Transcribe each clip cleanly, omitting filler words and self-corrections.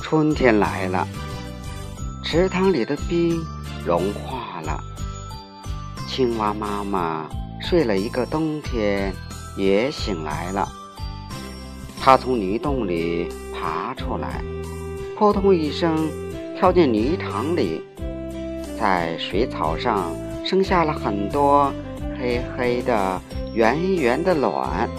春天来了，池塘里的冰融化了，青蛙妈妈睡了一个冬天，也醒来了。它从泥洞里爬出来，扑通一声跳进泥塘里，在水草上生下了很多黑黑的圆圆的卵。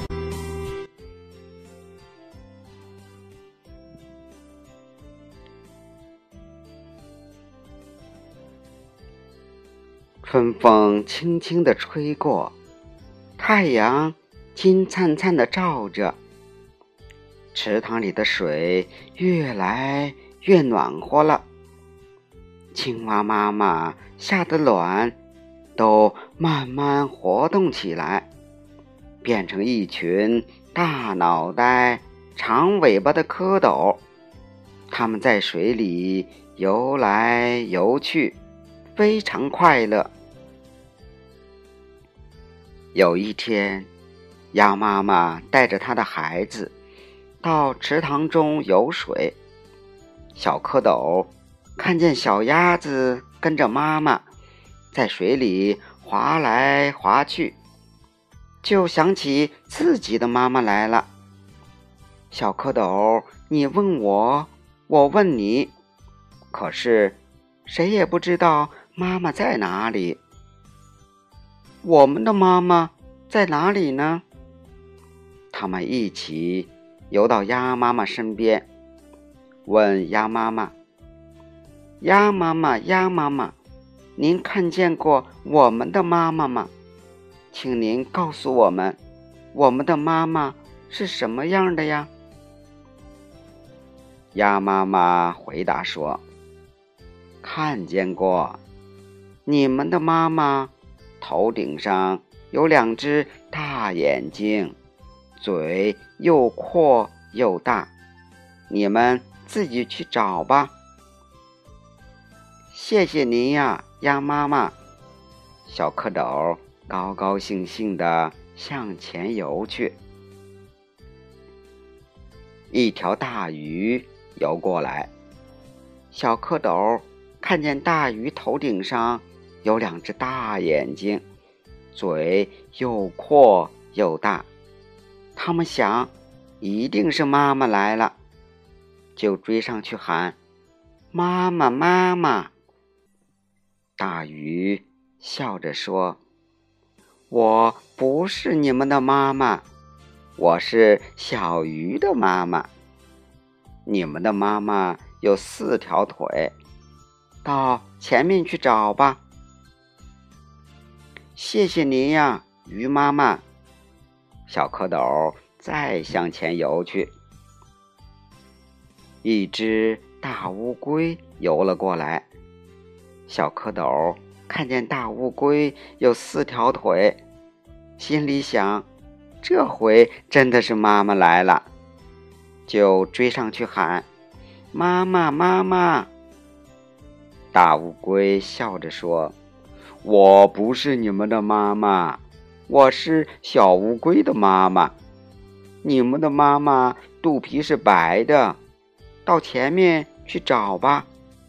春风轻轻地吹过，太阳金灿灿地照着，池塘里的水越来越暖和了。青蛙妈妈下的卵都慢慢活动起来，变成一群大脑袋、长尾巴的蝌蚪。它们在水里游来游去，非常快乐。有一天，鸭妈妈带着她的孩子到池塘中游水，小蝌蚪看见小鸭子跟着妈妈在水里滑来滑去，就想起自己的妈妈来了。小蝌蚪，你问我，我问你，可是谁也不知道妈妈在哪里。我们的妈妈在哪里呢？他们一起游到鸭妈妈身边，问鸭妈妈：鸭妈妈，鸭妈妈，您看见过我们的妈妈吗？请您告诉我们，我们的妈妈是什么样的呀？鸭妈妈回答说：看见过，你们的妈妈头顶上有2只大眼睛，嘴又阔又大，你们自己去找吧。谢谢您呀，鸭妈妈。小蝌蚪高高兴兴地向前游去。一条大鱼游过来，小蝌蚪看见大鱼头顶上有2只大眼睛，嘴又阔又大，他们想一定是妈妈来了，就追上去喊：妈妈，妈妈！大鱼笑着说：我不是你们的妈妈，我是小鱼的妈妈。你们的妈妈有4条腿，到前面去找吧。谢谢您呀，鱼妈妈。小蝌蚪再向前游去。一只大乌龟游了过来，小蝌蚪看见大乌龟有4条腿，心里想，这回真的是妈妈来了，就追上去喊：妈妈，妈妈！大乌龟笑着说：我不是你们的妈妈，我是小乌龟的妈妈。你们的妈妈肚皮是白的，到前面去找吧。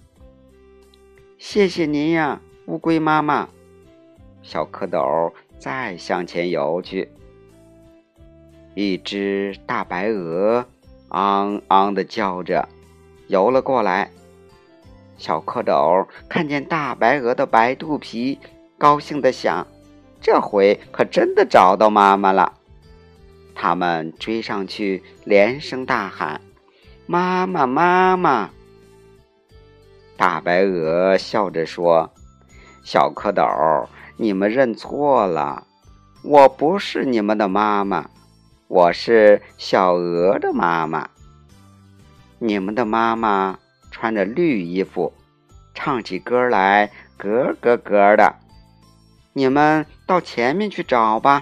谢谢您呀，乌龟妈妈。小蝌蚪再向前游去。一只大白鹅昂昂地叫着游了过来，小蝌蚪看见大白鹅的白肚皮，高兴地想，这回可真的找到妈妈了。他们追上去，连声大喊：妈妈，妈妈！大白鹅笑着说：小蝌蚪，你们认错了，我不是你们的妈妈，我是小鹅的妈妈。你们的妈妈穿着绿衣服，唱起歌来咯咯咯的，你们到前面去找吧。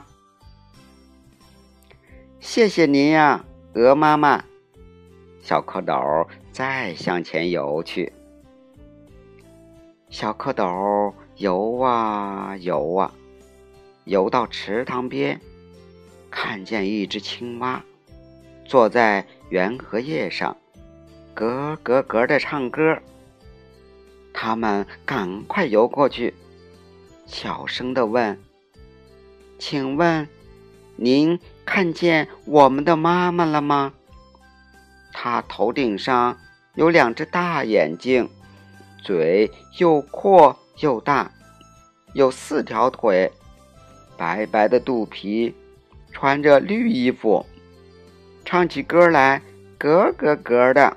谢谢您呀，鹅妈妈。小蝌蚪再向前游去。小蝌蚪游啊游啊，游到池塘边，看见一只青蛙坐在圆荷叶上， 咯咯咯地唱歌。他们赶快游过去，小声地问：请问您看见我们的妈妈了吗？她头顶上有2只大眼睛，嘴又阔又大，有4条腿，白白的肚皮，穿着绿衣服，唱起歌来咯咯咯的。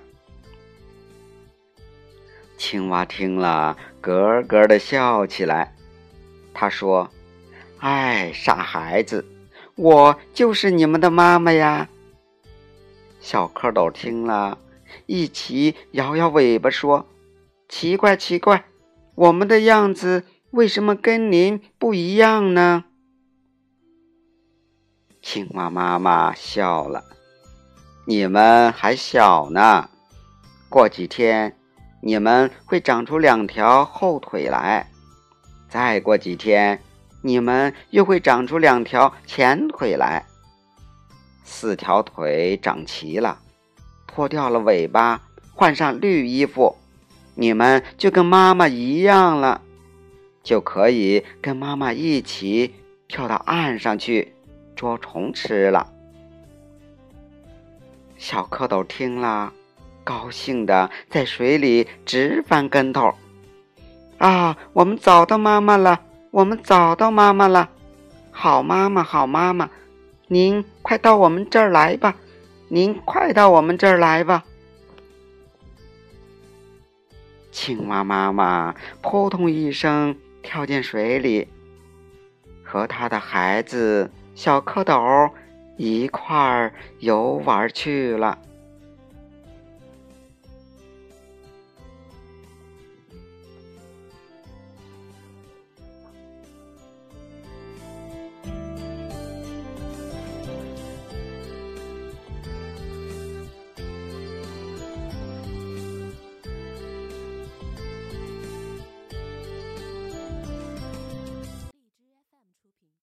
青蛙听了咯咯地笑起来，他说：哎，傻孩子，我就是你们的妈妈呀。小蝌蚪听了，一起摇摇尾巴说：奇怪奇怪，我们的样子为什么跟您不一样呢？青蛙妈妈笑了：你们还小呢，过几天你们会长出2条后腿来，再过几天你们又会长出2条前腿来，4条腿长齐了，脱掉了尾巴，换上绿衣服，你们就跟妈妈一样了，就可以跟妈妈一起跳到岸上去捉虫吃了。小蝌蚪听了，高兴地在水里直翻跟头。啊，我们找到妈妈了，我们找到妈妈了！好妈妈，好妈妈，您快到我们这儿来吧，您快到我们这儿来吧！青蛙妈妈扑通一声跳进水里，和她的孩子小蝌蚪一块儿游玩去了。